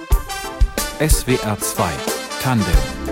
SWR 2 Tandem.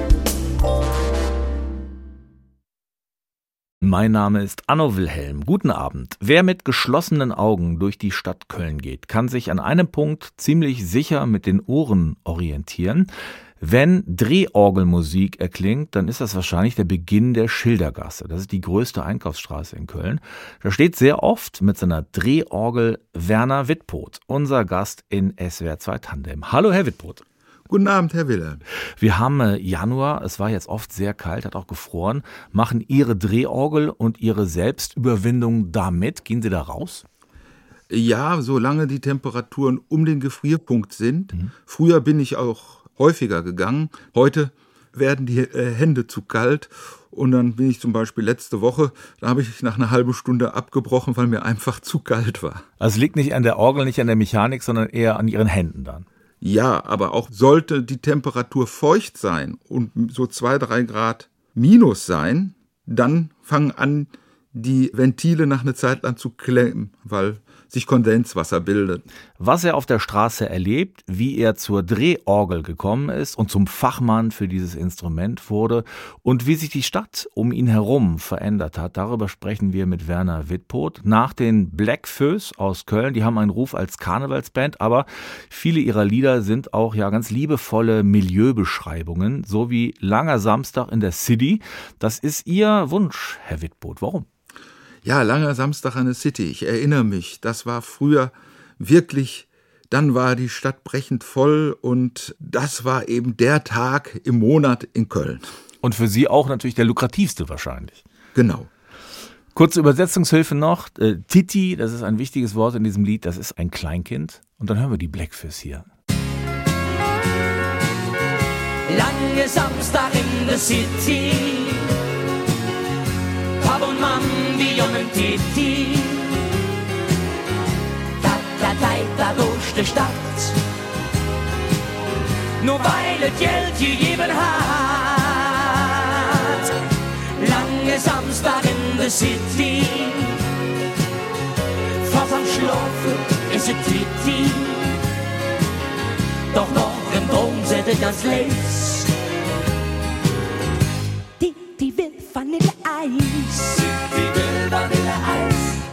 Mein Name ist Anno Wilhelm. Guten Abend. Wer mit geschlossenen Augen durch die Stadt Köln geht, kann sich an einem Punkt ziemlich sicher mit den Ohren orientieren. Wenn Drehorgelmusik erklingt, dann ist das wahrscheinlich der Beginn der Schildergasse. Das ist die größte Einkaufsstraße in Köln. Da steht sehr oft mit seiner Drehorgel Werner Wittpoth, unser Gast in SWR 2 Tandem. Hallo, Herr Wittpoth. Guten Abend, Herr Wilhelm. Wir haben Januar, es war jetzt oft sehr kalt, hat auch gefroren. Machen Ihre Drehorgel und Ihre Selbstüberwindung damit? Gehen Sie da raus? Ja, solange die Temperaturen um den Gefrierpunkt sind. Früher bin ich auch häufiger gegangen. Heute werden die Hände zu kalt. Und dann bin ich zum Beispiel letzte Woche, da habe ich nach einer halben Stunde abgebrochen, weil mir einfach zu kalt war. Also es liegt nicht an der Orgel, nicht an der Mechanik, sondern eher an Ihren Händen dann. Ja, aber auch sollte die Temperatur feucht sein und so 2-3 Grad minus sein, dann fangen an, die Ventile nach einer Zeit lang zu klemmen, weil sich Kondenswasser bildet. Was er auf der Straße erlebt, wie er zur Drehorgel gekommen ist und zum Fachmann für dieses Instrument wurde und wie sich die Stadt um ihn herum verändert hat, darüber sprechen wir mit Werner Wittpoth. Nach den Blackfoes aus Köln, die haben einen Ruf als Karnevalsband, aber viele ihrer Lieder sind auch ja ganz liebevolle Milieubeschreibungen, so wie Langer Samstag in der City. Das ist Ihr Wunsch, Herr Wittpoth. Warum? Ja, Langer Samstag in der City, ich erinnere mich, das war früher wirklich, dann war die Stadt brechend voll und das war eben der Tag im Monat in Köln. Und für Sie auch natürlich der lukrativste wahrscheinlich. Genau. Kurze Übersetzungshilfe noch. Titi, das ist ein wichtiges Wort in diesem Lied, das ist ein Kleinkind. Und dann hören wir die Blackfoes hier. Lange Samstag in der City, Pap und Mann, die jungen Titi, da durch die Stadt, nur weil es Geld gegeben hat. Lange Samstag in der City, fast am Schlafen ist es Titi, doch noch im Dom sind es ganz les. Titi will Vanilleeis. Titi will Vanilleeis.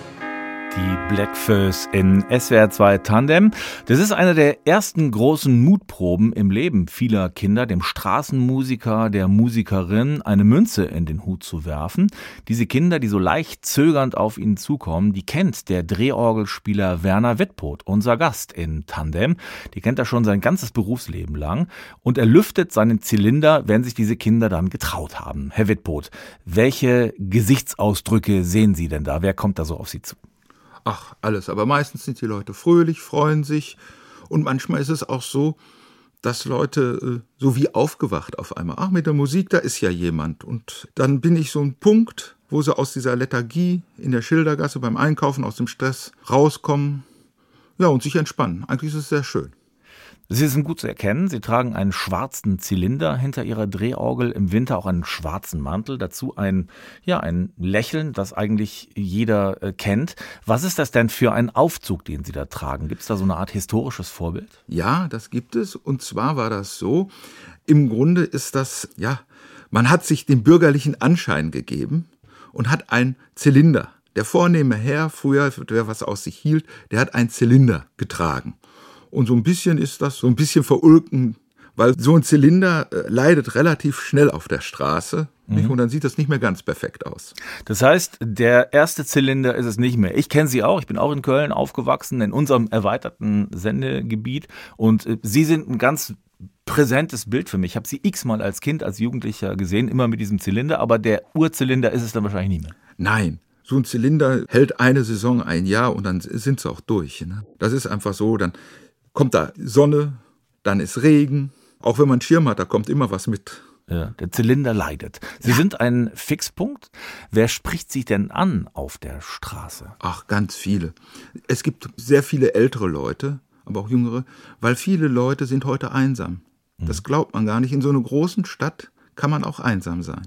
Die Blackfoes in SWR 2 Tandem. Das ist eine der ersten großen Mutproben im Leben vieler Kinder, dem Straßenmusiker, der Musikerin eine Münze in den Hut zu werfen. Diese Kinder, die so leicht zögernd auf ihnen zukommen, die kennt der Drehorgelspieler Werner Wittpoth, unser Gast in Tandem. Die kennt er schon sein ganzes Berufsleben lang. Und er lüftet seinen Zylinder, wenn sich diese Kinder dann getraut haben. Herr Wittpoth, welche Gesichtsausdrücke sehen Sie denn da? Wer kommt da so auf Sie zu? Ach, alles. Aber meistens sind die Leute fröhlich, freuen sich. Und manchmal ist es auch so, dass Leute so wie aufgewacht auf einmal. Ach, mit der Musik, da ist ja jemand. Und dann bin ich so ein Punkt, wo sie aus dieser Lethargie in der Schildergasse beim Einkaufen, aus dem Stress rauskommen. Ja, und sich entspannen. Eigentlich ist es sehr schön. Sie sind gut zu erkennen. Sie tragen einen schwarzen Zylinder hinter Ihrer Drehorgel, im Winter auch einen schwarzen Mantel, dazu ein Lächeln, das eigentlich jeder kennt. Was ist das denn für ein Aufzug, den Sie da tragen? Gibt es da so eine Art historisches Vorbild? Ja, das gibt es. Und zwar war das so, im Grunde ist das, man hat sich den bürgerlichen Anschein gegeben und hat einen Zylinder. Der vornehme Herr, früher, wer was aus sich hielt, der hat einen Zylinder getragen. Und so ein bisschen ist das so ein bisschen verulken, weil so ein Zylinder leidet relativ schnell auf der Straße. Und dann sieht das nicht mehr ganz perfekt aus. Das heißt, der erste Zylinder ist es nicht mehr. Ich kenne Sie auch, ich bin auch in Köln aufgewachsen, in unserem erweiterten Sendegebiet. Und Sie sind ein ganz präsentes Bild für mich. Ich habe Sie x-mal als Kind, als Jugendlicher gesehen, immer mit diesem Zylinder. Aber der Urzylinder ist es dann wahrscheinlich nicht mehr. Nein. So ein Zylinder hält eine Saison, ein Jahr und dann sind sie auch durch. Ne? Das ist einfach so, dann kommt da Sonne, dann ist Regen. Auch wenn man einen Schirm hat, da kommt immer was mit. Ja, der Zylinder leidet. Sie sind ein Fixpunkt. Wer spricht Sie denn an auf der Straße? Ach, ganz viele. Es gibt sehr viele ältere Leute, aber auch jüngere, weil viele Leute sind heute einsam. Das glaubt man gar nicht. In so einer großen Stadt kann man auch einsam sein.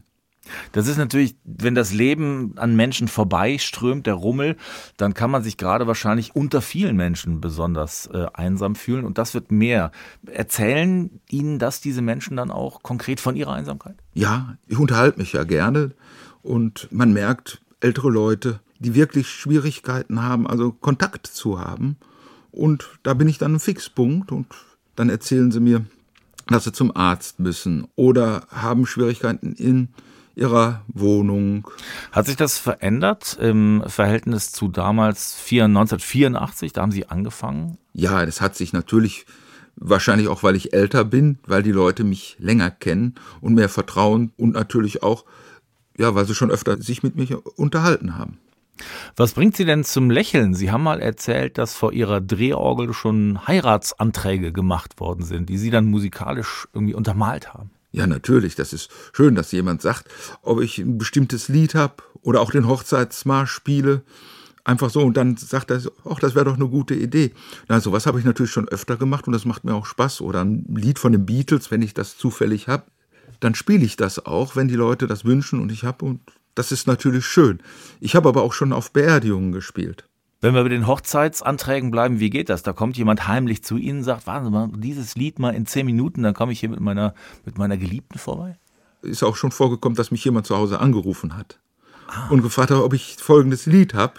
Das ist natürlich, wenn das Leben an Menschen vorbeiströmt, der Rummel, dann kann man sich gerade wahrscheinlich unter vielen Menschen besonders einsam fühlen und das wird mehr. Erzählen Ihnen das diese Menschen dann auch konkret von ihrer Einsamkeit? Ja, ich unterhalte mich ja gerne und man merkt, ältere Leute, die wirklich Schwierigkeiten haben, also Kontakt zu haben und da bin ich dann ein Fixpunkt und dann erzählen sie mir, dass sie zum Arzt müssen oder haben Schwierigkeiten in ihrer Wohnung. Hat sich das verändert im Verhältnis zu damals 1984? Da haben Sie angefangen? Ja, das hat sich natürlich, wahrscheinlich auch, weil ich älter bin, weil die Leute mich länger kennen und mehr vertrauen und natürlich auch, ja, weil sie schon öfter sich mit mir unterhalten haben. Was bringt Sie denn zum Lächeln? Sie haben mal erzählt, dass vor Ihrer Drehorgel schon Heiratsanträge gemacht worden sind, die Sie dann musikalisch irgendwie untermalt haben. Ja, natürlich. Das ist schön, dass jemand sagt, ob ich ein bestimmtes Lied habe oder auch den Hochzeitsmarsch spiele. Einfach so. Und dann sagt er, ach, das wäre doch eine gute Idee. Na, sowas habe ich natürlich schon öfter gemacht und das macht mir auch Spaß. Oder ein Lied von den Beatles, wenn ich das zufällig habe, dann spiele ich das auch, wenn die Leute das wünschen und ich habe. Und das ist natürlich schön. Ich habe aber auch schon auf Beerdigungen gespielt. Wenn wir bei den Hochzeitsanträgen bleiben, wie geht das? Da kommt jemand heimlich zu Ihnen und sagt, warten Sie mal, dieses Lied mal in 10 Minuten, dann komme ich hier mit meiner Geliebten vorbei? Ist auch schon vorgekommen, dass mich jemand zu Hause angerufen hat und gefragt hat, ob ich folgendes Lied habe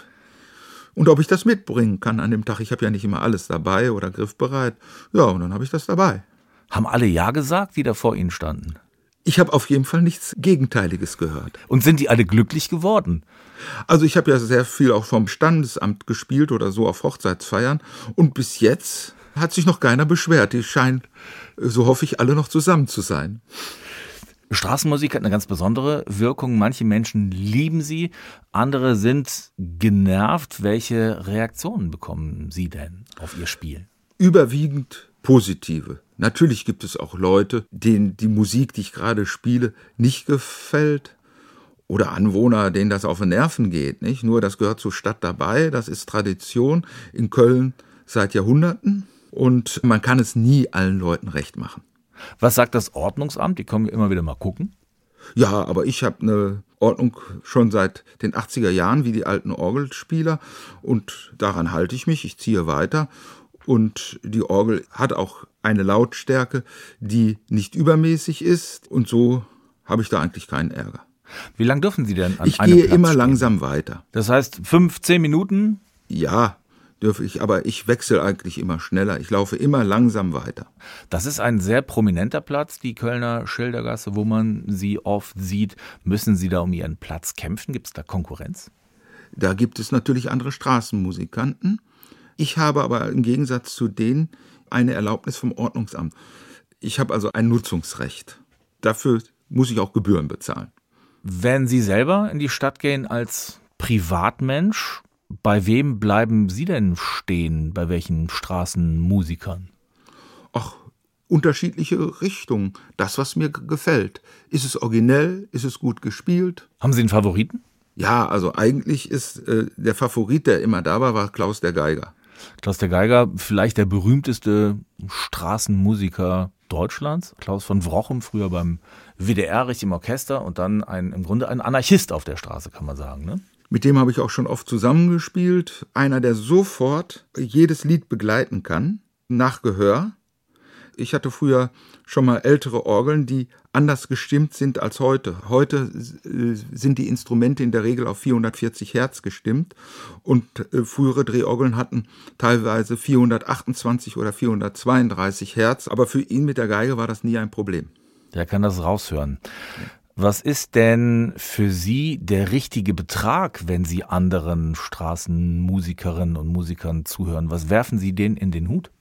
und ob ich das mitbringen kann an dem Tag. Ich habe ja nicht immer alles dabei oder griffbereit. Ja, und dann habe ich das dabei. Haben alle Ja gesagt, die da vor Ihnen standen? Ich habe auf jeden Fall nichts Gegenteiliges gehört. Und sind die alle glücklich geworden? Also ich habe ja sehr viel auch vom Standesamt gespielt oder so auf Hochzeitsfeiern und bis jetzt hat sich noch keiner beschwert. Die scheinen, so hoffe ich, alle noch zusammen zu sein. Straßenmusik hat eine ganz besondere Wirkung. Manche Menschen lieben sie, andere sind genervt. Welche Reaktionen bekommen Sie denn auf Ihr Spiel? Überwiegend positive. Natürlich gibt es auch Leute, denen die Musik, die ich gerade spiele, nicht gefällt. Oder Anwohner, denen das auf den Nerven geht. Nicht? Nur das gehört zur Stadt dabei, das ist Tradition in Köln seit Jahrhunderten und man kann es nie allen Leuten recht machen. Was sagt das Ordnungsamt? Die kommen immer wieder mal gucken. Ja, aber ich habe eine Ordnung schon seit den 80er Jahren, wie die alten Orgelspieler und daran halte ich mich, ich ziehe weiter und die Orgel hat auch eine Lautstärke, die nicht übermäßig ist und so habe ich da eigentlich keinen Ärger. Wie lange dürfen Sie denn an Ich einem gehe Platz immer spielen? langsam weiter. Das heißt 5-10 Minuten? Ja, dürfe ich, aber ich wechsle eigentlich immer schneller. Ich laufe immer langsam weiter. Das ist ein sehr prominenter Platz, die Kölner Schildergasse, wo man Sie oft sieht. Müssen Sie da um Ihren Platz kämpfen? Gibt es da Konkurrenz? Da gibt es natürlich andere Straßenmusikanten. Ich habe aber im Gegensatz zu denen eine Erlaubnis vom Ordnungsamt. Ich habe also ein Nutzungsrecht. Dafür muss ich auch Gebühren bezahlen. Wenn Sie selber in die Stadt gehen als Privatmensch, bei wem bleiben Sie denn stehen? Bei welchen Straßenmusikern? Ach, unterschiedliche Richtungen. Das, was mir gefällt. Ist es originell? Ist es gut gespielt? Haben Sie einen Favoriten? Ja, also eigentlich ist der Favorit, der immer da war Klaus der Geiger. Klaus der Geiger, vielleicht der berühmteste Straßenmusiker Deutschlands. Klaus von Wrochem, früher beim WDR, richtig im Orchester und dann im Grunde ein Anarchist auf der Straße, kann man sagen, ne? Mit dem habe ich auch schon oft zusammengespielt. Einer, der sofort jedes Lied begleiten kann, nach Gehör. Ich hatte früher schon mal ältere Orgeln, die anders gestimmt sind als heute. Heute sind die Instrumente in der Regel auf 440 Hertz gestimmt und frühere Drehorgeln hatten teilweise 428 oder 432 Hertz. Aber für ihn mit der Geige war das nie ein Problem. Der kann das raushören. Was ist denn für Sie der richtige Betrag, wenn Sie anderen Straßenmusikerinnen und Musikern zuhören? Was werfen Sie denen in den Hut?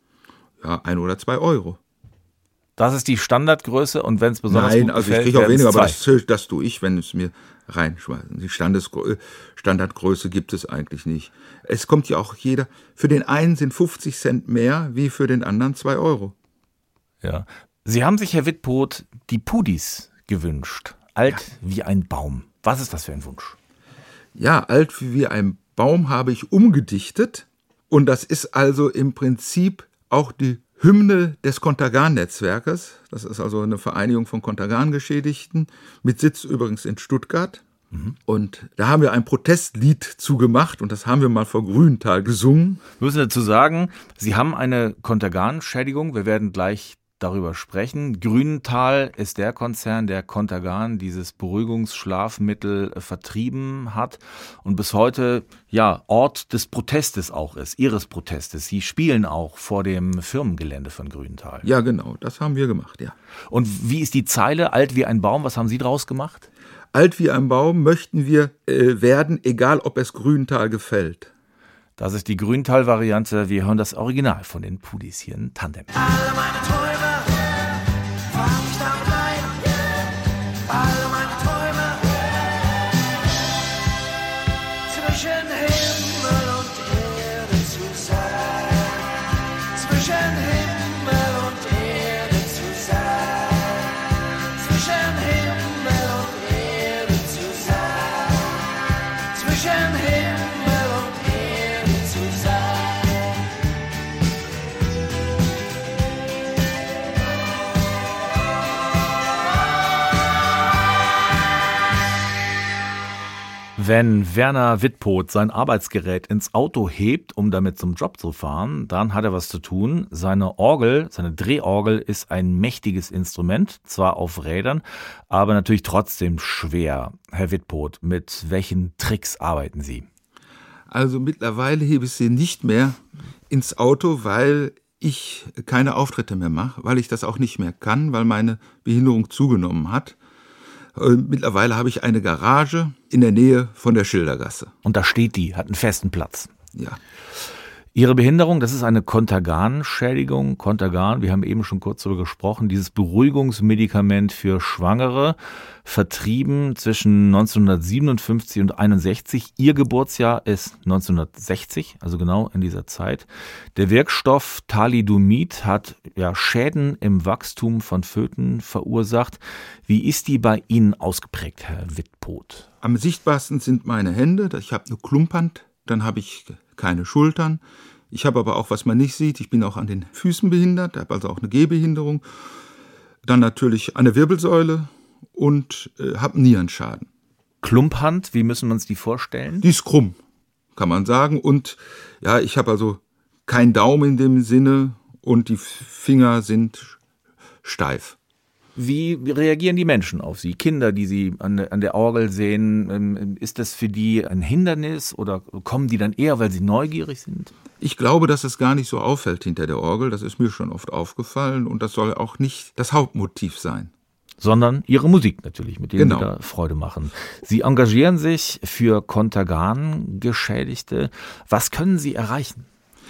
Ja, 1 oder 2 Euro. Das ist die Standardgröße und wenn es besonders Nein, gut also gefällt, ich kriege auch weniger, aber 2. das tue ich, wenn es mir reinschmeißen. Die Standardgröße gibt es eigentlich nicht. Es kommt ja auch jeder, für den einen sind 50 Cent mehr, wie für den anderen 2 Euro. Ja. Sie haben sich, Herr Wittpoth, die Pudis gewünscht. Alt wie ein Baum. Was ist das für ein Wunsch? Ja, alt wie ein Baum habe ich umgedichtet und das ist also im Prinzip auch die Hymne des Contergan-Netzwerkes. Das ist also eine Vereinigung von Contergan-Geschädigten, mit Sitz übrigens in Stuttgart. Und da haben wir ein Protestlied zugemacht und das haben wir mal vor Grünenthal gesungen. Wir müssen dazu sagen, Sie haben eine Contergan-Schädigung. Wir werden gleich darüber sprechen. Grünenthal ist der Konzern, der Contergan, dieses Beruhigungsschlafmittel, vertrieben hat und bis heute Ort des Protestes auch ist, Ihres Protestes. Sie spielen auch vor dem Firmengelände von Grünenthal. Ja, genau, das haben wir gemacht, ja. Und wie ist die Zeile, alt wie ein Baum, was haben Sie draus gemacht? Alt wie ein Baum möchten wir werden, egal ob es Grünenthal gefällt. Das ist die Grünenthal-Variante. Wir hören das Original von den Pudis hier in Tandem. Alle meine Träume waren nicht am Bleiben. Alle meine Träume zwischen Himmel und Erde zu sein. Zwischen Himmel und Erde zu sein. Zwischen Himmel und Erde zu sein. Zwischen Himmel und Erde zu sein. Wenn Werner Wittpoth sein Arbeitsgerät ins Auto hebt, um damit zum Job zu fahren, dann hat er was zu tun. Seine Orgel, seine Drehorgel ist ein mächtiges Instrument, zwar auf Rädern, aber natürlich trotzdem schwer. Herr Wittpoth, mit welchen Tricks arbeiten Sie? Also mittlerweile hebe ich sie nicht mehr ins Auto, weil ich keine Auftritte mehr mache, weil ich das auch nicht mehr kann, weil meine Behinderung zugenommen hat. Mittlerweile habe ich eine Garage in der Nähe von der Schildergasse. Und da steht die, hat einen festen Platz. Ja. Ihre Behinderung, das ist eine Contergan-Schädigung. Contergan, wir haben eben schon kurz darüber gesprochen, dieses Beruhigungsmedikament für Schwangere, vertrieben zwischen 1957 und 61. Ihr Geburtsjahr ist 1960, also genau in dieser Zeit. Der Wirkstoff Thalidomid hat Schäden im Wachstum von Föten verursacht. Wie ist die bei Ihnen ausgeprägt, Herr Wittpoth? Am sichtbarsten sind meine Hände. Ich habe eine Klumphand, dann habe ich keine Schultern. Ich habe aber auch, was man nicht sieht, ich bin auch an den Füßen behindert, habe also auch eine Gehbehinderung. Dann natürlich eine Wirbelsäule und habe einen Nierenschaden. Klumphand, wie müssen wir uns die vorstellen? Die ist krumm, kann man sagen. Und ja, ich habe also keinen Daumen in dem Sinne und die Finger sind steif. Wie reagieren die Menschen auf Sie? Kinder, die Sie an der Orgel sehen, ist das für die ein Hindernis oder kommen die dann eher, weil sie neugierig sind? Ich glaube, dass es gar nicht so auffällt hinter der Orgel. Das ist mir schon oft aufgefallen und das soll auch nicht das Hauptmotiv sein. Sondern Ihre Musik natürlich, mit der Sie da Freude machen. Sie engagieren sich für Contergan-Geschädigte. Was können Sie erreichen?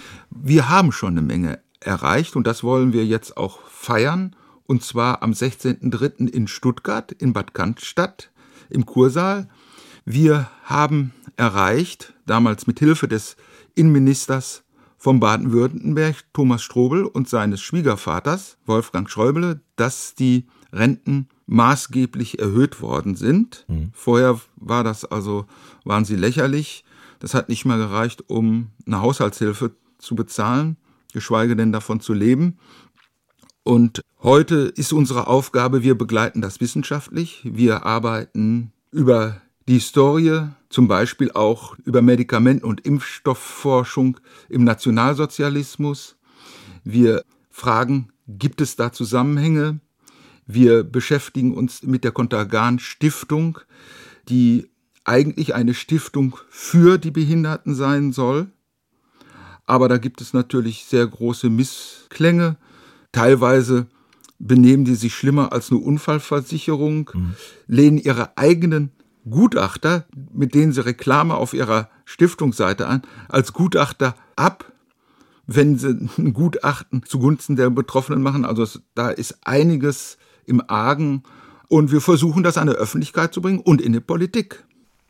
Wir haben schon eine Menge erreicht und das wollen wir jetzt auch feiern. Und zwar am 16.03. in Stuttgart, in Bad Cannstatt, im Kursaal. Wir haben erreicht, damals mit Hilfe des Innenministers von Baden-Württemberg, Thomas Strobel, und seines Schwiegervaters, Wolfgang Schäuble, dass die Renten maßgeblich erhöht worden sind. Vorher waren sie lächerlich. Das hat nicht mal gereicht, um eine Haushaltshilfe zu bezahlen, geschweige denn davon zu leben. Und heute ist unsere Aufgabe, wir begleiten das wissenschaftlich. Wir arbeiten über die Historie, zum Beispiel auch über Medikamenten- und Impfstoffforschung im Nationalsozialismus. Wir fragen, gibt es da Zusammenhänge? Wir beschäftigen uns mit der Contergan-Stiftung, die eigentlich eine Stiftung für die Behinderten sein soll. Aber da gibt es natürlich sehr große Missklänge. Teilweise benehmen die sich schlimmer als eine Unfallversicherung, lehnen ihre eigenen Gutachter, mit denen sie Reklame auf ihrer Stiftungsseite an, als Gutachter ab, wenn sie ein Gutachten zugunsten der Betroffenen machen. Also da ist einiges im Argen und wir versuchen das an die Öffentlichkeit zu bringen und in die Politik.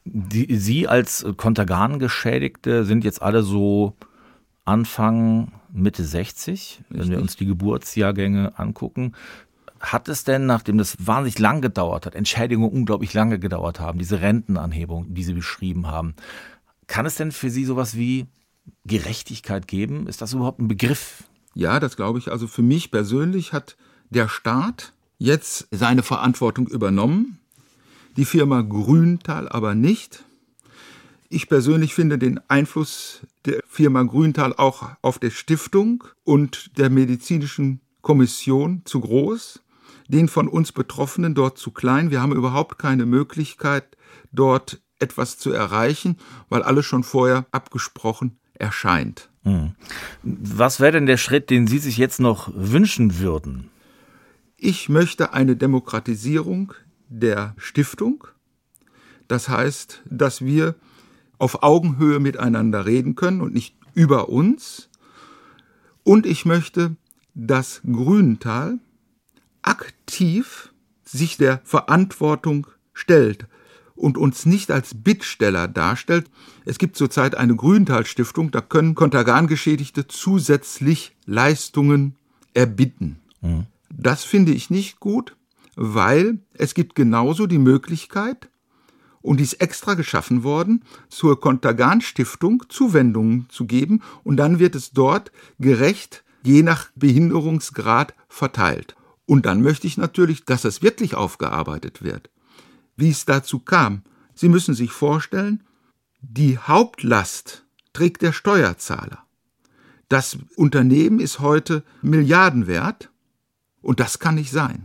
Sie als Contergan-Geschädigte sind jetzt alle so Anfang, Mitte 60, wenn wir uns die Geburtsjahrgänge angucken. Hat es denn, nachdem das wahnsinnig lang gedauert hat, Entschädigungen unglaublich lange gedauert haben, diese Rentenanhebung, die Sie beschrieben haben, kann es denn für Sie sowas wie Gerechtigkeit geben? Ist das überhaupt ein Begriff? Ja, das glaube ich. Also für mich persönlich hat der Staat jetzt seine Verantwortung übernommen, die Firma Grüntal aber nicht. Ich persönlich finde den Einfluss der Firma Grüntal auch auf der Stiftung und der medizinischen Kommission zu groß, den von uns Betroffenen dort zu klein. Wir haben überhaupt keine Möglichkeit, dort etwas zu erreichen, weil alles schon vorher abgesprochen erscheint. Was wäre denn der Schritt, den Sie sich jetzt noch wünschen würden? Ich möchte eine Demokratisierung der Stiftung. Das heißt, dass wir auf Augenhöhe miteinander reden können und nicht über uns. Und ich möchte, dass Grüntal aktiv sich der Verantwortung stellt und uns nicht als Bittsteller darstellt. Es gibt zurzeit eine Grüntal-Stiftung, da können Kontergan-Geschädigte zusätzlich Leistungen erbitten. Das finde ich nicht gut, weil es gibt genauso die Möglichkeit, und die ist extra geschaffen worden, zur Kontergan-Stiftung Zuwendungen zu geben und dann wird es dort gerecht, je nach Behinderungsgrad verteilt. Und dann möchte ich natürlich, dass es wirklich aufgearbeitet wird. Wie es dazu kam, Sie müssen sich vorstellen, die Hauptlast trägt der Steuerzahler. Das Unternehmen ist heute milliardenwert und das kann nicht sein.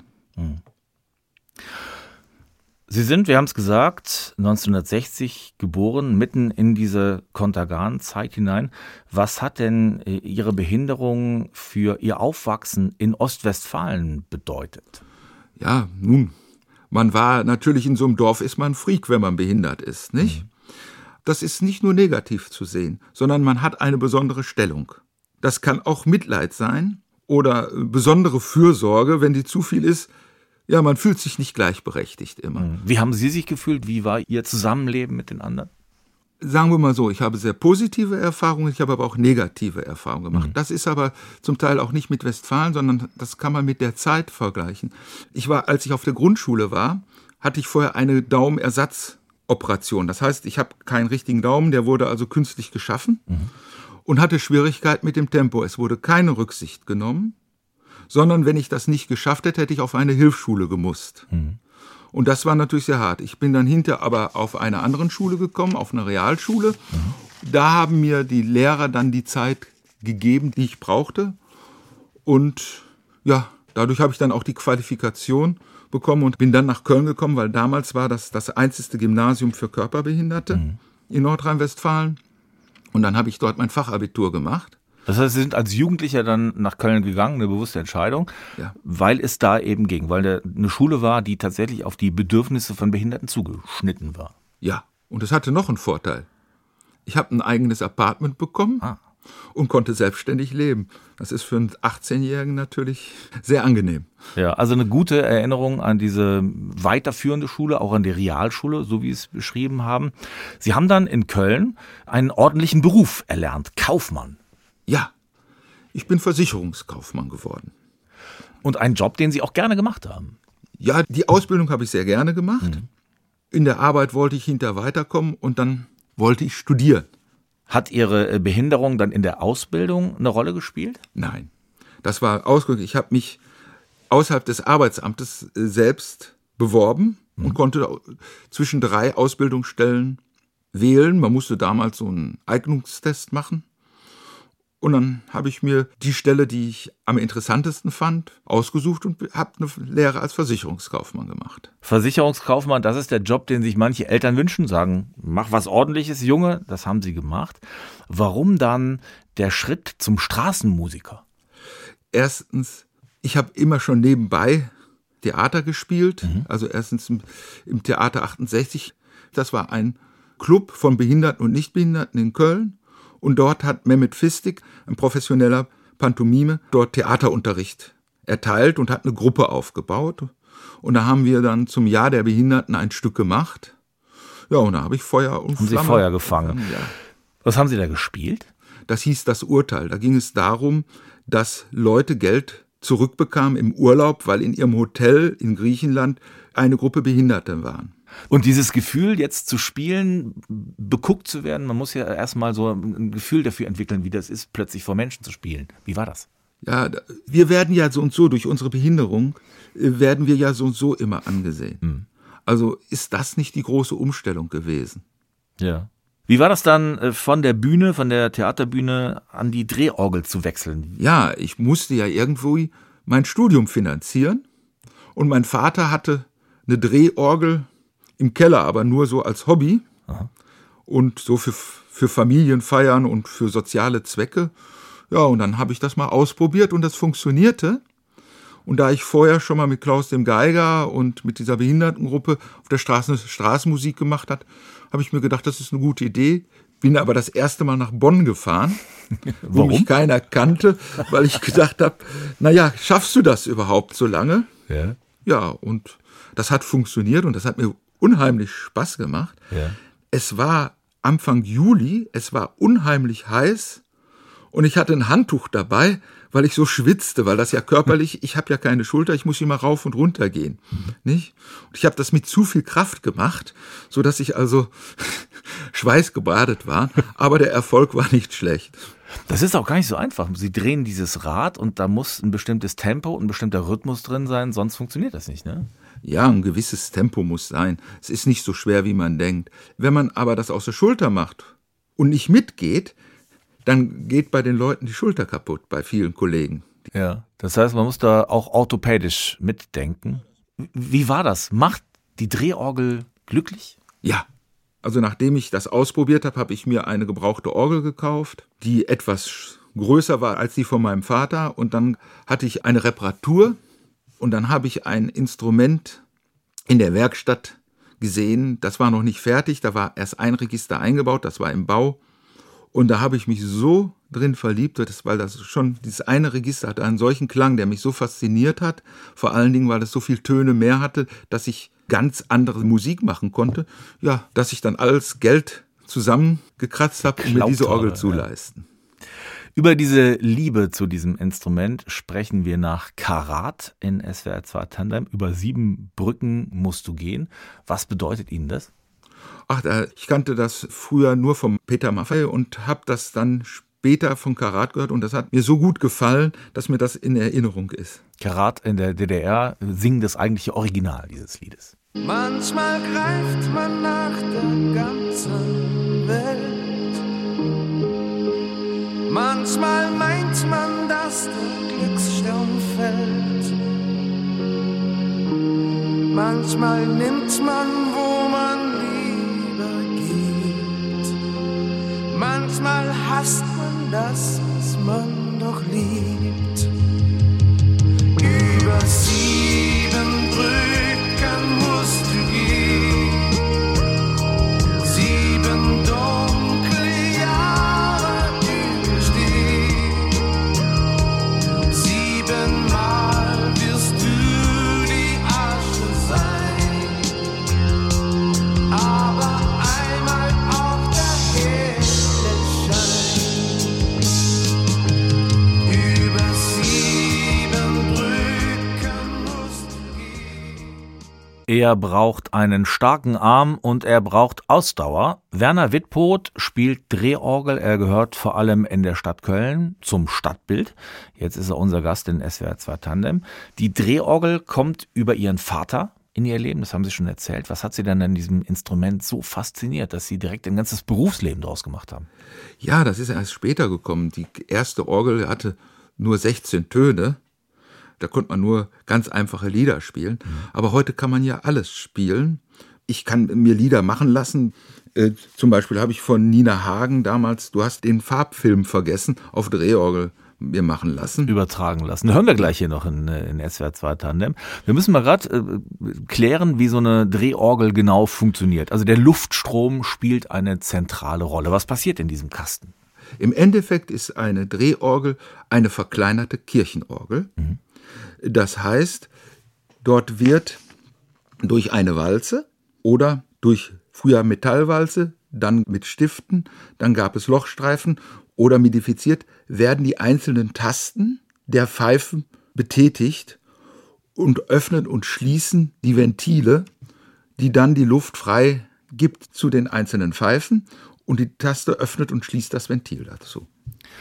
Sie sind, wir haben es gesagt, 1960 geboren, mitten in diese Kontergan-Zeit hinein. Was hat denn Ihre Behinderung für Ihr Aufwachsen in Ostwestfalen bedeutet? Ja, nun, man war natürlich in so einem Dorf, ist man Freak, wenn man behindert ist, nicht? Das ist nicht nur negativ zu sehen, sondern man hat eine besondere Stellung. Das kann auch Mitleid sein oder besondere Fürsorge, wenn die zu viel ist. Ja, man fühlt sich nicht gleichberechtigt immer. Wie haben Sie sich gefühlt? Wie war Ihr Zusammenleben mit den anderen? Sagen wir mal so, ich habe sehr positive Erfahrungen, ich habe aber auch negative Erfahrungen gemacht. Das ist aber zum Teil auch nicht mit Westfalen, sondern das kann man mit der Zeit vergleichen. Als ich auf der Grundschule war, hatte ich vorher eine Daumenersatzoperation. Das heißt, ich habe keinen richtigen Daumen, der wurde also künstlich geschaffen und hatte Schwierigkeit mit dem Tempo. Es wurde keine Rücksicht genommen, sondern wenn ich das nicht geschafft hätte, hätte ich auf eine Hilfsschule gemusst. Und das war natürlich sehr hart. Ich bin dann hinterher aber auf einer anderen Schule gekommen, auf eine Realschule. Da haben mir die Lehrer dann die Zeit gegeben, die ich brauchte. Und ja, dadurch habe ich dann auch die Qualifikation bekommen und bin dann nach Köln gekommen, weil damals war das einzige Gymnasium für Körperbehinderte in Nordrhein-Westfalen. Und dann habe ich dort mein Fachabitur gemacht. Das heißt, Sie sind als Jugendlicher dann nach Köln gegangen, eine bewusste Entscheidung, weil es da eben ging, weil eine Schule war, die tatsächlich auf die Bedürfnisse von Behinderten zugeschnitten war. Ja, und es hatte noch einen Vorteil. Ich habe ein eigenes Apartment bekommen und konnte selbstständig leben. Das ist für einen 18-Jährigen natürlich sehr angenehm. Ja, also eine gute Erinnerung an diese weiterführende Schule, auch an die Realschule, so wie Sie es beschrieben haben. Sie haben dann in Köln einen ordentlichen Beruf erlernt, Kaufmann. Ja, ich bin Versicherungskaufmann geworden. Und einen Job, den Sie auch gerne gemacht haben. Ja, die Ausbildung habe ich sehr gerne gemacht. In der Arbeit wollte ich hinterher weiterkommen und dann wollte ich studieren. Hat Ihre Behinderung dann in der Ausbildung eine Rolle gespielt? Nein, das war ausgedrückt. Ich habe mich außerhalb des Arbeitsamtes selbst beworben und konnte zwischen 3 Ausbildungsstellen wählen. Man musste damals so einen Eignungstest machen. Und dann habe ich mir die Stelle, die ich am interessantesten fand, ausgesucht und habe eine Lehre als Versicherungskaufmann gemacht. Versicherungskaufmann, das ist der Job, den sich manche Eltern wünschen, sagen, mach was Ordentliches, Junge, das haben sie gemacht. Warum dann der Schritt zum Straßenmusiker? Erstens, ich habe immer schon nebenbei Theater gespielt, also erstens im Theater 68. Das war ein Club von Behinderten und Nichtbehinderten in Köln. Und dort hat Mehmet Fistik, ein professioneller Pantomime, dort Theaterunterricht erteilt und hat eine Gruppe aufgebaut. Und da haben wir dann zum Jahr der Behinderten ein Stück gemacht. Ja, und da habe ich Feuer und Flamme. Haben Sie Feuer gefangen? Ja. Was haben Sie da gespielt? Das hieß das Urteil. Da ging es darum, dass Leute Geld zurückbekamen im Urlaub, weil in ihrem Hotel in Griechenland eine Gruppe Behinderte waren. Und dieses Gefühl, jetzt zu spielen, beguckt zu werden, man muss ja erstmal so ein Gefühl dafür entwickeln, wie das ist, plötzlich vor Menschen zu spielen. Wie war das? Ja, wir werden ja so und so, durch unsere Behinderung, werden wir ja so und so immer angesehen. Also ist das nicht die große Umstellung gewesen? Ja. Wie war das dann von der Bühne, von der Theaterbühne an die Drehorgel zu wechseln? Ja, ich musste ja irgendwo mein Studium finanzieren und mein Vater hatte eine Drehorgel im Keller, aber nur so als Hobby. Aha. Und so für Familienfeiern und für soziale Zwecke. Ja, und dann habe ich das mal ausprobiert und das funktionierte. Und da ich vorher schon mal mit Klaus dem Geiger und mit dieser Behindertengruppe auf der Straße Straßenmusik gemacht hat, habe ich mir gedacht, das ist eine gute Idee. Bin aber das erste Mal nach Bonn gefahren, wo mich keiner kannte, weil ich gedacht habe, naja, schaffst du das überhaupt so lange? Ja. Ja, und das hat funktioniert und das hat mir unheimlich Spaß gemacht. Ja. Es war Anfang Juli, es war unheimlich heiß und ich hatte ein Handtuch dabei, weil ich so schwitzte, weil das ja körperlich, ich habe ja keine Schulter, ich muss immer rauf und runter gehen, nicht? Und ich habe das mit zu viel Kraft gemacht, so dass ich also schweißgebadet war, aber der Erfolg war nicht schlecht. Das ist auch gar nicht so einfach. Sie drehen dieses Rad und da muss ein bestimmtes Tempo, ein bestimmter Rhythmus drin sein, sonst funktioniert das nicht, ne? Ja, ein gewisses Tempo muss sein. Es ist nicht so schwer, wie man denkt. Wenn man aber das aus der Schulter macht und nicht mitgeht, dann geht bei den Leuten die Schulter kaputt, bei vielen Kollegen. Ja, das heißt, man muss da auch orthopädisch mitdenken. Wie war das? Macht die Drehorgel glücklich? Ja, also nachdem ich das ausprobiert habe, habe ich mir eine gebrauchte Orgel gekauft, die etwas größer war als die von meinem Vater. Und dann hatte ich eine Reparatur und dann habe ich ein Instrument in der Werkstatt gesehen. Das war noch nicht fertig, da war erst ein Register eingebaut, das war im Bau. Und da habe ich mich so drin verliebt, weil das schon, dieses eine Register hatte einen solchen Klang, der mich so fasziniert hat. Vor allen Dingen, weil es so viele Töne mehr hatte, dass ich ganz andere Musik machen konnte. Ja, dass ich dann alles Geld zusammengekratzt habe, um mir diese Orgel zu leisten. Über diese Liebe zu diesem Instrument sprechen wir nach Karat in SWR 2 Tandem. Über 7 Brücken musst du gehen. Was bedeutet Ihnen das? Ach, ich kannte das früher nur vom Peter Maffay und habe das dann später von Karat gehört und das hat mir so gut gefallen, dass mir das in Erinnerung ist. Karat in der DDR singen das eigentliche Original dieses Liedes. Manchmal greift man nach der ganzen Welt. Manchmal meint man, dass der Glücksstern fällt. Manchmal nimmt man, wo man manchmal hasst man das, was man doch liebt. Über 7 Brücken musst du gehen. 7 dunkle Jahre überstehen. 7-mal wirst du die Asche sein. Aber einmal auf der Erde Er braucht einen starken Arm und er braucht Ausdauer. Werner Wittpoth spielt Drehorgel. Er gehört vor allem in der Stadt Köln zum Stadtbild. Jetzt ist er unser Gast in SWR 2 Tandem. Die Drehorgel kommt über ihren Vater in ihr Leben, das haben Sie schon erzählt. Was hat Sie denn an diesem Instrument so fasziniert, dass Sie direkt ein ganzes Berufsleben draus gemacht haben? Ja, das ist erst später gekommen. Die erste Orgel hatte nur 16 Töne. Da konnte man nur ganz einfache Lieder spielen. Aber heute kann man ja alles spielen. Ich kann mir Lieder machen lassen. Zum Beispiel habe ich von Nina Hagen damals „Du hast den Farbfilm vergessen" auf Drehorgel mir machen lassen. Übertragen lassen. Hören wir gleich hier noch in SWR 2 Tandem. Wir müssen mal gerade klären, wie so eine Drehorgel genau funktioniert. Also der Luftstrom spielt eine zentrale Rolle. Was passiert in diesem Kasten? Im Endeffekt ist eine Drehorgel eine verkleinerte Kirchenorgel. Das heißt, dort wird durch eine Walze oder durch früher Metallwalze, dann mit Stiften, dann gab es Lochstreifen oder modifiziert, werden die einzelnen Tasten der Pfeifen betätigt und öffnen und schließen die Ventile, die dann die Luft frei gibt zu den einzelnen Pfeifen und die Taste öffnet und schließt das Ventil dazu.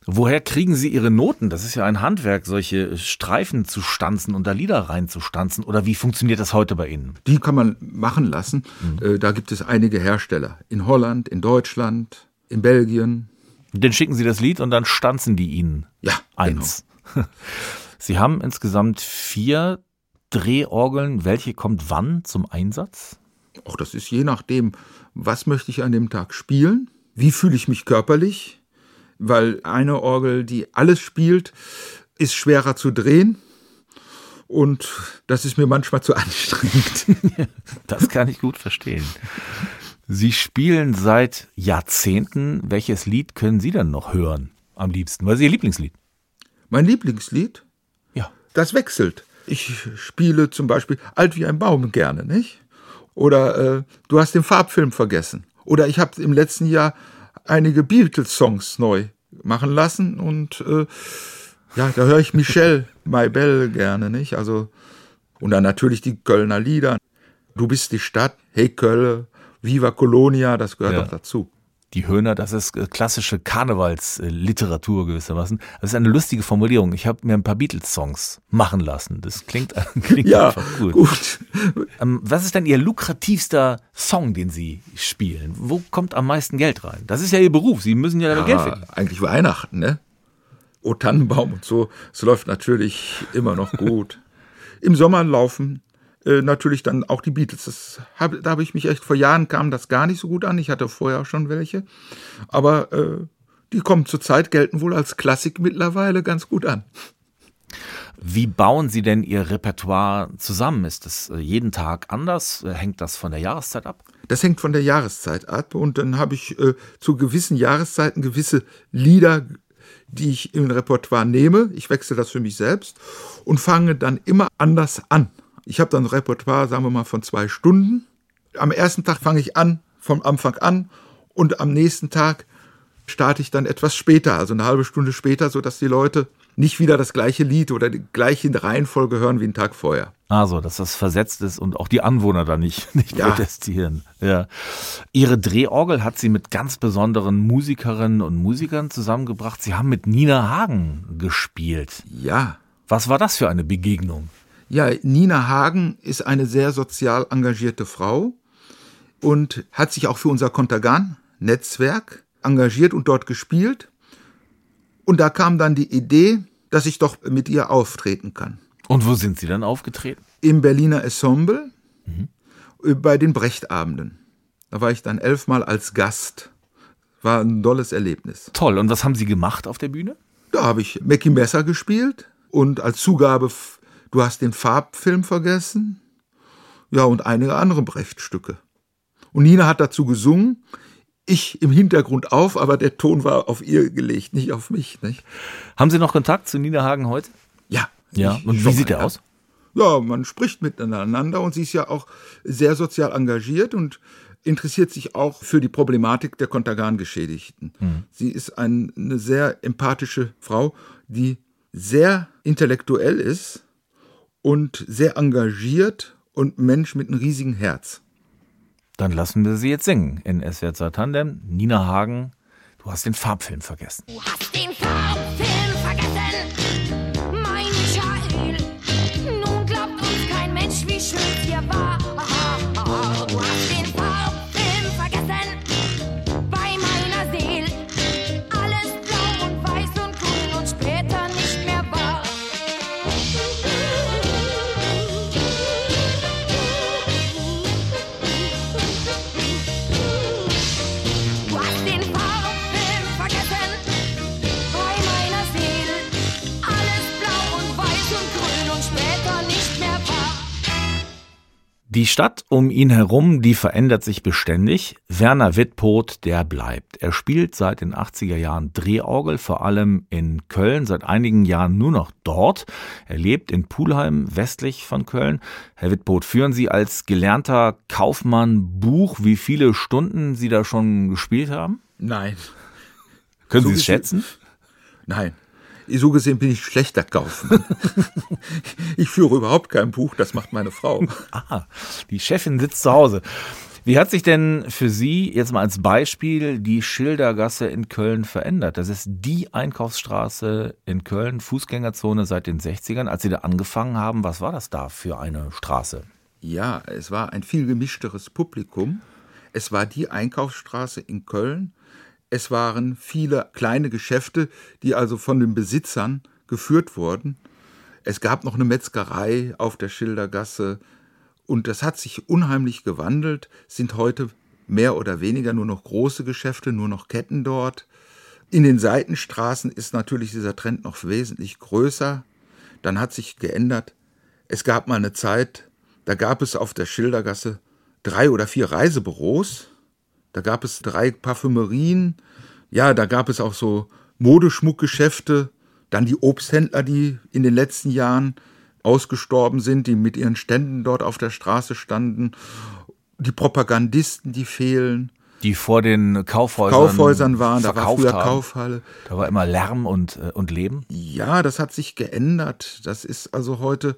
Woher kriegen Sie Ihre Noten? Das ist ja ein Handwerk, solche Streifen zu stanzen und da Lieder reinzustanzen. Oder wie funktioniert das heute bei Ihnen? Die kann man machen lassen. Da gibt es einige Hersteller. In Holland, in Deutschland, in Belgien. Dann schicken Sie das Lied und dann stanzen die Ihnen eins. Genau. Sie haben insgesamt 4 Drehorgeln. Welche kommt wann zum Einsatz? Auch das ist je nachdem, was möchte ich an dem Tag spielen, wie fühle ich mich körperlich, weil eine Orgel, die alles spielt, ist schwerer zu drehen und das ist mir manchmal zu anstrengend. Das kann ich gut verstehen. Sie spielen seit Jahrzehnten. Welches Lied können Sie denn noch hören am liebsten? Was ist Ihr Lieblingslied? Mein Lieblingslied? Ja. Das wechselt. Ich spiele zum Beispiel Alt wie ein Baum gerne, nicht? Oder Du hast den Farbfilm vergessen. Oder ich habe im letzten Jahr einige Beatles-Songs neu machen lassen und da höre ich Michel Maybell gerne, nicht? Also, und dann natürlich die Kölner Lieder. Du bist die Stadt, hey Köln, Viva Colonia, das gehört auch dazu. Die Höhner, das ist klassische Karnevalsliteratur gewissermaßen. Das ist eine lustige Formulierung. Ich habe mir ein paar Beatles-Songs machen lassen. Das klingt einfach gut. Was ist denn Ihr lukrativster Song, den Sie spielen? Wo kommt am meisten Geld rein? Das ist ja Ihr Beruf. Sie müssen ja Geld verdienen. Eigentlich Weihnachten, ne? O Tannenbaum und so. Es läuft natürlich immer noch gut. Im Sommer laufen natürlich dann auch die Beatles. Da habe ich mich echt, vor Jahren kam das gar nicht so gut an. Ich hatte vorher auch schon welche. Aber die kommen zurzeit, gelten wohl als Klassik mittlerweile ganz gut an. Wie bauen Sie denn Ihr Repertoire zusammen? Ist das jeden Tag anders? Hängt das von der Jahreszeit ab? Das hängt von der Jahreszeit ab. Und dann habe ich zu gewissen Jahreszeiten gewisse Lieder, die ich im Repertoire nehme. Ich wechsle das für mich selbst und fange dann immer anders an. Ich habe dann ein Repertoire, sagen wir mal, von 2 Stunden. Am ersten Tag fange ich an, vom Anfang an, und am nächsten Tag starte ich dann etwas später, also eine halbe Stunde später, sodass die Leute nicht wieder das gleiche Lied oder die gleiche Reihenfolge hören wie einen Tag vorher. Also, dass das versetzt ist und auch die Anwohner da nicht protestieren. Ja. Ihre Drehorgel hat Sie mit ganz besonderen Musikerinnen und Musikern zusammengebracht. Sie haben mit Nina Hagen gespielt. Ja. Was war das für eine Begegnung? Ja, Nina Hagen ist eine sehr sozial engagierte Frau und hat sich auch für unser Contergan-Netzwerk engagiert und dort gespielt. Und da kam dann die Idee, dass ich doch mit ihr auftreten kann. Und wo sind Sie dann aufgetreten? Im Berliner Ensemble, bei den Brechtabenden. Da war ich dann 11 Mal als Gast. War ein tolles Erlebnis. Toll. Und was haben Sie gemacht auf der Bühne? Da habe ich Mackie Messer gespielt und als Zugabe Du hast den Farbfilm vergessen. Ja, und einige andere Brecht-Stücke. Und Nina hat dazu gesungen. Ich im Hintergrund aber der Ton war auf ihr gelegt, nicht auf mich. Nicht? Haben Sie noch Kontakt zu Nina Hagen heute? Ja. Und wie sieht der aus? Ja, man spricht miteinander und sie ist ja auch sehr sozial engagiert und interessiert sich auch für die Problematik der Contergan-Geschädigten. Sie ist eine sehr empathische Frau, die sehr intellektuell ist und sehr engagiert und Mensch mit einem riesigen Herz. Dann lassen wir sie jetzt singen in SWR 2 Tandem. Nina Hagen, du hast den Farbfilm vergessen. Du hast den Farbfilm vergessen, mein Michael. Nun glaubt uns kein Mensch, wie schön es hier war. Du hast den Farbfilm vergessen, bei meiner Seele. Alles blau und weiß und grün und später nicht mehr wahr. Du hast den Farbfilm vergessen, bei meiner Seele. Alles blau und weiß und grün und später nicht mehr wahr. Die Stadt um ihn herum, die verändert sich beständig. Werner Wittpoth, der bleibt. Er spielt seit den 80er Jahren Drehorgel, vor allem in Köln, seit einigen Jahren nur noch dort. Er lebt in Pulheim, westlich von Köln. Herr Wittpoth, führen Sie als gelernter Kaufmann Buch, wie viele Stunden Sie da schon gespielt haben? Nein. Können So Sie es gesehen- schätzen? Nein. So gesehen bin ich schlechter Kaufmann. Ich führe überhaupt kein Buch, das macht meine Frau. Die Chefin sitzt zu Hause. Wie hat sich denn für Sie jetzt mal als Beispiel die Schildergasse in Köln verändert? Das ist die Einkaufsstraße in Köln, Fußgängerzone seit den 60ern. Als Sie da angefangen haben, was war das da für eine Straße? Ja, es war ein viel gemischteres Publikum. Es war die Einkaufsstraße in Köln. Es waren viele kleine Geschäfte, die also von den Besitzern geführt wurden. Es gab noch eine Metzgerei auf der Schildergasse. Und das hat sich unheimlich gewandelt, sind heute mehr oder weniger nur noch große Geschäfte, nur noch Ketten dort. In den Seitenstraßen ist natürlich dieser Trend noch wesentlich größer. Dann hat sich geändert. Es gab mal eine Zeit, da gab es auf der Schildergasse 3 oder 4 Reisebüros. Da gab es 3 Parfümerien. Ja, da gab es auch so Modeschmuckgeschäfte. Dann die Obsthändler, die in den letzten Jahren ausgestorben sind, die mit ihren Ständen dort auf der Straße standen. Die Propagandisten, die fehlen. Die vor den Kaufhäusern waren, da war früher haben. Kaufhalle. Da war immer Lärm und Leben. Ja, das hat sich geändert. Das ist also heute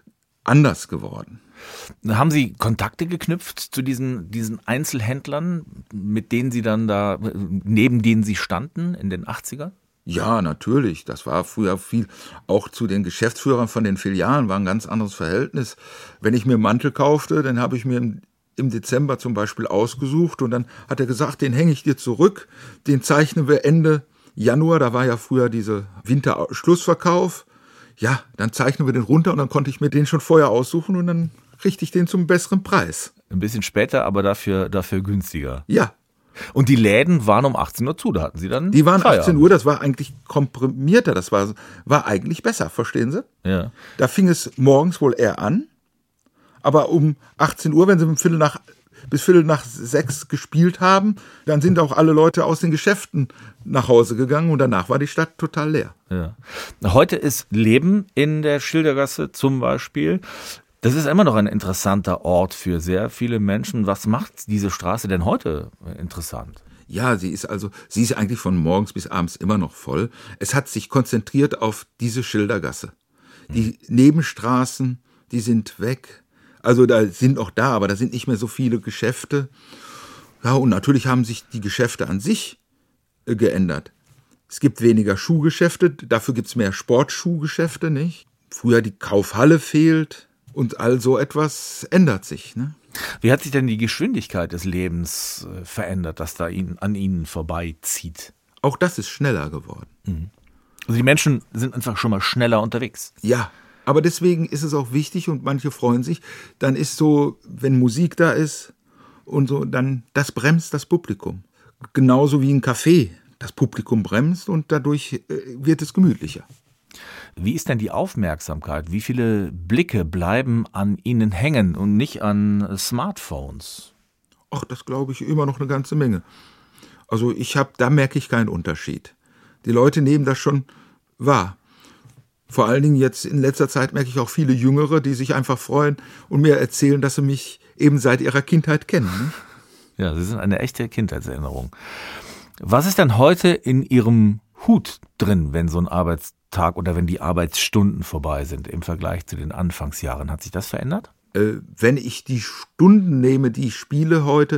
anders geworden. Haben Sie Kontakte geknüpft zu diesen Einzelhändlern, mit denen Sie dann da, neben denen Sie standen in den 80ern? Ja, natürlich. Das war früher viel. Auch zu den Geschäftsführern von den Filialen war ein ganz anderes Verhältnis. Wenn ich mir einen Mantel kaufte, dann habe ich mir im Dezember zum Beispiel ausgesucht und dann hat er gesagt, den hänge ich dir zurück, den zeichnen wir Ende Januar, da war ja früher dieser Winterschlussverkauf. Ja, dann zeichnen wir den runter und dann konnte ich mir den schon vorher aussuchen und dann kriegte ich den zum besseren Preis. Ein bisschen später, aber dafür günstiger. Ja. Und die Läden waren um 18 Uhr zu, da hatten Sie dann Die waren Feierabend. 18 Uhr, das war eigentlich komprimierter, das war eigentlich besser, verstehen Sie? Ja. Da fing es morgens wohl eher an, aber um 18 Uhr, wenn Sie bis Viertel nach 6 gespielt haben, dann sind auch alle Leute aus den Geschäften nach Hause gegangen und danach war die Stadt total leer. Ja. Heute ist Leben in der Schildergasse zum Beispiel. Das ist immer noch ein interessanter Ort für sehr viele Menschen. Was macht diese Straße denn heute interessant? Ja, sie ist eigentlich von morgens bis abends immer noch voll. Es hat sich konzentriert auf diese Schildergasse. Die Nebenstraßen, die sind weg. Also da sind noch da, aber da sind nicht mehr so viele Geschäfte. Ja, und natürlich haben sich die Geschäfte an sich geändert. Es gibt weniger Schuhgeschäfte, dafür gibt es mehr Sportschuhgeschäfte, nicht? Früher die Kaufhalle fehlt. Und all so etwas ändert sich. Ne? Wie hat sich denn die Geschwindigkeit des Lebens verändert, das da an Ihnen vorbeizieht? Auch das ist schneller geworden. Also die Menschen sind einfach schon mal schneller unterwegs. Ja, aber deswegen ist es auch wichtig und manche freuen sich. Dann ist so, wenn Musik da ist und so, dann das bremst das Publikum. Genauso wie ein Café. Das Publikum bremst und dadurch wird es gemütlicher. Wie ist denn die Aufmerksamkeit? Wie viele Blicke bleiben an Ihnen hängen und nicht an Smartphones? Ach, das glaube ich immer noch eine ganze Menge. Also da merke ich keinen Unterschied. Die Leute nehmen das schon wahr. Vor allen Dingen jetzt in letzter Zeit merke ich auch viele Jüngere, die sich einfach freuen und mir erzählen, dass sie mich eben seit ihrer Kindheit kennen. Ne? Ja, Sie sind eine echte Kindheitserinnerung. Was ist denn heute in Ihrem Hut drin, wenn so ein Arbeitstag oder wenn die Arbeitsstunden vorbei sind im Vergleich zu den Anfangsjahren? Hat sich das verändert? Wenn ich die Stunden nehme, die ich spiele heute,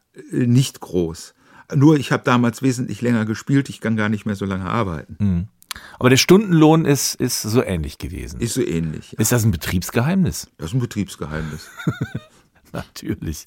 nicht groß. Nur ich habe damals wesentlich länger gespielt, ich kann gar nicht mehr so lange arbeiten. Aber der Stundenlohn ist so ähnlich gewesen. Ist so ähnlich. Ja. Ist das ein Betriebsgeheimnis? Das ist ein Betriebsgeheimnis. Natürlich.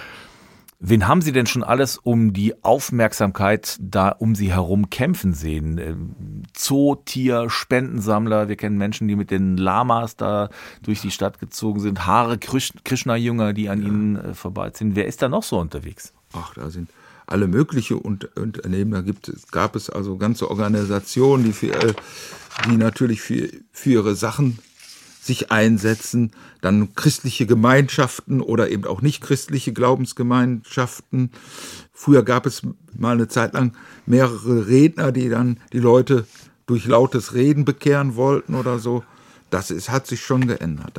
Wen haben Sie denn schon alles um die Aufmerksamkeit da um Sie herum kämpfen sehen? Zootier, Spendensammler, wir kennen Menschen, die mit den Lamas da durch die Stadt gezogen sind, Hare Krishna-Jünger, die an ihnen vorbeiziehen. Wer ist da noch so unterwegs? Ach, da sind alle mögliche Unternehmen. Gab es also ganze Organisationen, die natürlich für ihre Sachen sich einsetzen, dann christliche Gemeinschaften oder eben auch nicht christliche Glaubensgemeinschaften. Früher gab es mal eine Zeit lang mehrere Redner, die dann die Leute durch lautes Reden bekehren wollten oder so. Hat sich schon geändert.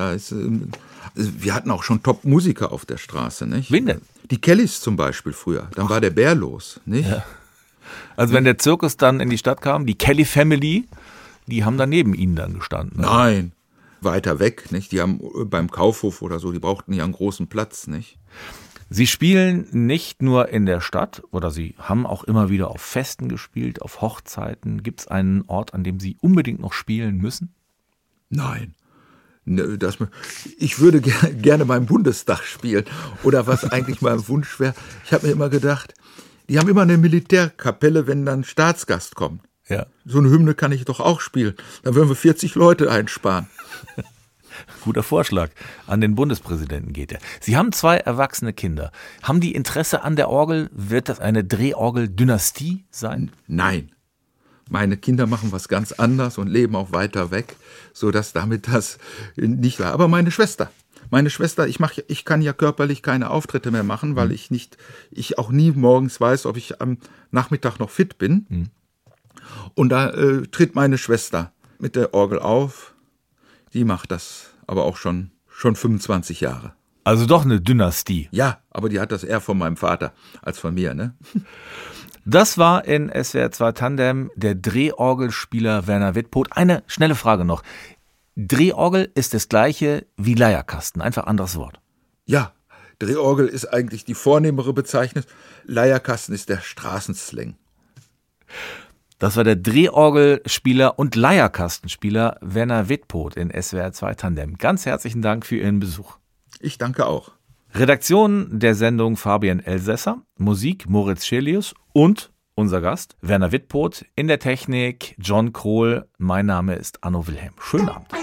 Wir hatten auch schon Top-Musiker auf der Straße, nicht? Wen denn? Die Kellys zum Beispiel früher. Dann war der Bär los, nicht? Ja. Also wenn der Zirkus dann in die Stadt kam, die Kelly Family, die haben dann neben Ihnen dann gestanden. Oder? Nein. Weiter weg, nicht? Die haben beim Kaufhof oder so, die brauchten ja einen großen Platz, nicht? Sie spielen nicht nur in der Stadt oder Sie haben auch immer wieder auf Festen gespielt, auf Hochzeiten. Gibt es einen Ort, an dem Sie unbedingt noch spielen müssen? Nein. Ich würde gerne beim Bundestag spielen. Oder was eigentlich mein Wunsch wäre, ich habe mir immer gedacht, die haben immer eine Militärkapelle, wenn dann Staatsgast kommt. Ja. So eine Hymne kann ich doch auch spielen. Dann würden wir 40 Leute einsparen. Guter Vorschlag. An den Bundespräsidenten geht er. Sie haben 2 erwachsene Kinder. Haben die Interesse an der Orgel? Wird das eine Drehorgel-Dynastie sein? Nein. Meine Kinder machen was ganz anderes und leben auch weiter weg, sodass damit das nicht war. Aber meine Schwester, ich kann ja körperlich keine Auftritte mehr machen, weil ich auch nie morgens weiß, ob ich am Nachmittag noch fit bin. Und da tritt meine Schwester mit der Orgel auf. Die macht das aber auch schon 25 Jahre. Also doch eine Dynastie. Ja, aber die hat das eher von meinem Vater als von mir, ne? Das war in SWR 2 Tandem der Drehorgelspieler Werner Wittpoth. Eine schnelle Frage noch. Drehorgel ist das gleiche wie Leierkasten, einfach anderes Wort. Ja, Drehorgel ist eigentlich die vornehmere Bezeichnung. Leierkasten ist der Straßenslang. Das war der Drehorgelspieler und Leierkastenspieler Werner Wittpoth in SWR 2 Tandem. Ganz herzlichen Dank für Ihren Besuch. Ich danke auch. Redaktion der Sendung Fabian Elsässer, Musik Moritz Schelius und unser Gast Werner Wittpoth, in der Technik John Krohl. Mein Name ist Anno Wilhelm. Schönen Abend.